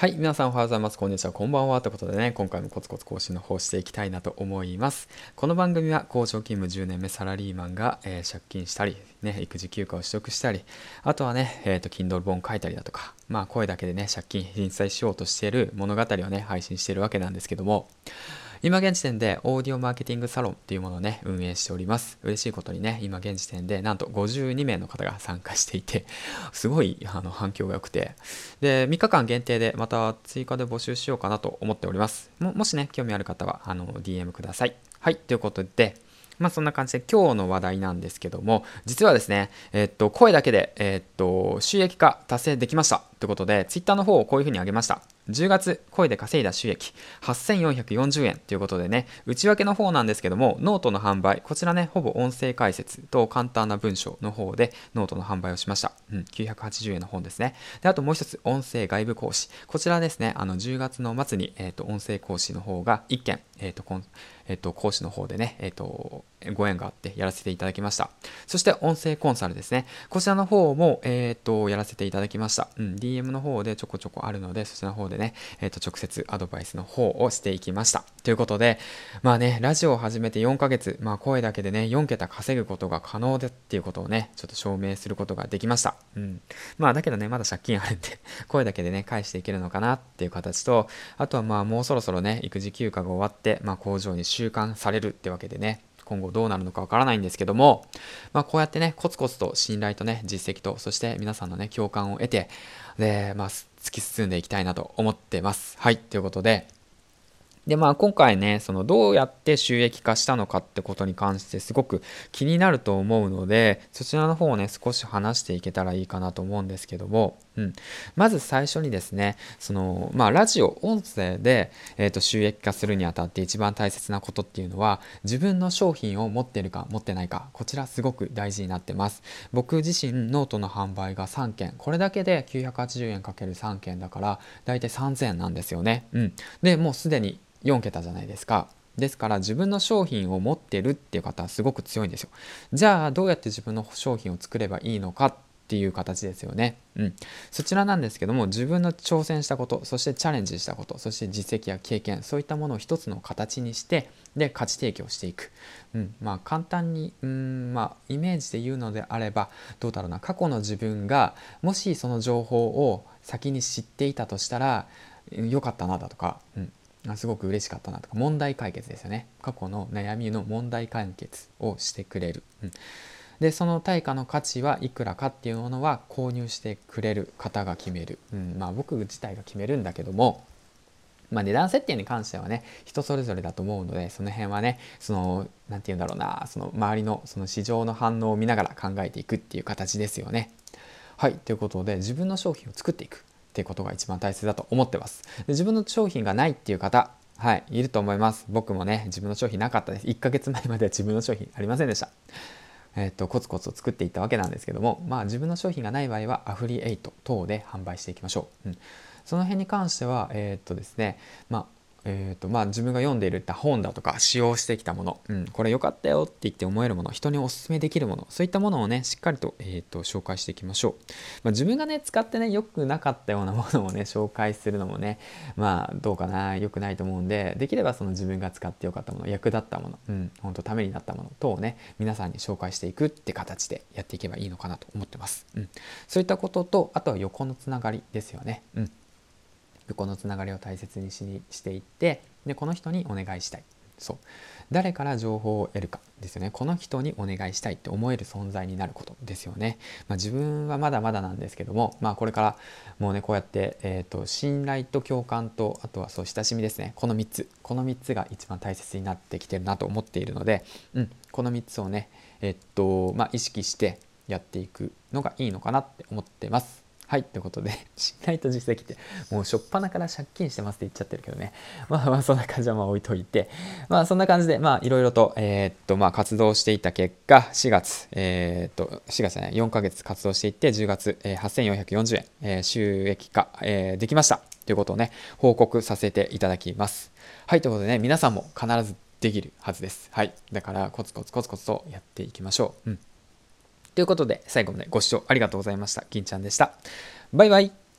はい、皆さんおはようございます。こんにちは、こんばんは。ということでね、今回もコツコツ更新の方していきたいなと思います。この番組は工場勤務10年目サラリーマンが、借金したり、ね、育児休暇を取得したり、あとはね、Kindle 本書いたりだとか、声だけでね、借金返済しようとしている物語をね、配信しているわけなんですけども、今現時点でオーディオマーケティングサロンっていうものをね、運営しております。嬉しいことにね、今現時点でなんと52名の方が参加していて、すごい反響が良くて、で、3日間限定でまた追加で募集しようかなと思っております。もしね、興味ある方はDM ください。はい、ということで、そんな感じで今日の話題なんですけども、実はですね、声だけで、収益化達成できましたということで、ツイッターの方をこういう風に上げました。10月、声で稼いだ収益8440円ということでね、内訳の方なんですけども、ノートの販売、こちらね、ほぼ音声解説と簡単な文章の方でノートの販売をしました。980円の本ですね。で、あともう一つ、音声外部講師。こちらですね、10月の末に、音声講師の方が1件、講師の方でね、ご縁があってやらせていただきました。そして音声コンサルですね。こちらの方も、やらせていただきました。DM の方でちょこちょこあるので、そちらの方でね、直接アドバイスの方をしていきました。ということで、ラジオを始めて4ヶ月、声だけでね、4桁稼ぐことが可能でっていうことをね、ちょっと証明することができました。だけどね、まだ借金あるんで、声だけでね、返していけるのかなっていう形と、あとはもうそろそろね、育児休暇が終わって、工場に収監されるってわけでね、今後どうなるのかわからないんですけども、こうやってね、コツコツと信頼とね、実績と、そして皆さんのね、共感を得て、で、突き進んでいきたいなと思ってます。はい、ということで、今回ね、そのどうやって収益化したのかってことに関してすごく気になると思うので、そちらの方をね、少し話していけたらいいかなと思うんですけども、まず最初にですね、ラジオ、音声で、収益化するにあたって一番大切なことっていうのは、自分の商品を持っているか持ってないか、こちらすごく大事になってます。僕自身、ノートの販売が3件、これだけで980円 ×3 件だから、だいたい3000円なんですよね。で、もうすでに4桁じゃないですか。ですから自分の商品を持ってるっていう方はすごく強いんですよ。じゃあどうやって自分の商品を作ればいいのかっていう形ですよね。そちらなんですけども、自分の挑戦したこと、そしてチャレンジしたこと、そして実績や経験、そういったものを一つの形にして、で価値提供していく。簡単にイメージで言うのであれば、どうだろうな、過去の自分がもしその情報を先に知っていたとしたらよかったなだとか、すごく嬉しかったなとか、問題解決ですよね。過去の悩みの問題解決をしてくれる。で、その対価の価値はいくらかっていうものは購入してくれる方が決める。僕自体が決めるんだけども、値段設定に関してはね、人それぞれだと思うので、その辺はね、なんて言うんだろうな、その周りのその市場の反応を見ながら考えていくっていう形ですよね。はい、ということで、自分の商品を作っていくっていうことが一番大切だと思ってます。で、自分の商品がないっていう方、はい、いると思います。僕もね、自分の商品なかったです。1ヶ月前までは自分の商品ありませんでした。コツコツと作っていったわけなんですけども、自分の商品がない場合はアフリエイト等で販売していきましょう。その辺に関しては、ですね、自分が読んでいる本だとか使用してきたもの、これ良かったよって言って思えるもの、人にお勧めできるもの、そういったものをね、しっかりと、紹介していきましょう。自分がね、使ってね、良くなかったようなものをね、紹介するのもね、どうかな、良くないと思うんで、できればその自分が使って良かったもの、役立ったもの、本当ためになったもの等をね、皆さんに紹介していくって形でやっていけばいいのかなと思ってます。そういったことと、あとは横のつながりですよね。横のつながりを大切にしていって、でこの人にお願いしたい、そう、誰から情報を得るかですよね。この人にお願いしたいって思える存在になることですよね。自分はまだまだなんですけども、これからもうね、こうやって、信頼と共感と、あとはそう親しみですね。この3つが一番大切になってきてるなと思っているので、この3つをね、意識してやっていくのがいいのかなって思ってます。はい、ということで、信頼と実績って、もう初っ端から借金してますって言っちゃってるけどね。そんな感じは置いといて。そんな感じで、いろいろと、活動していた結果、4月、4月じゃない、4ヶ月活動していって、10月、8440円、収益化、できました。ということをね、報告させていただきます。はい、ということでね、皆さんも必ずできるはずです。はい。だから、コツコツコツコツとやっていきましょう。ということで、最後までご視聴ありがとうございました。銀ちゃんでした。バイバイ。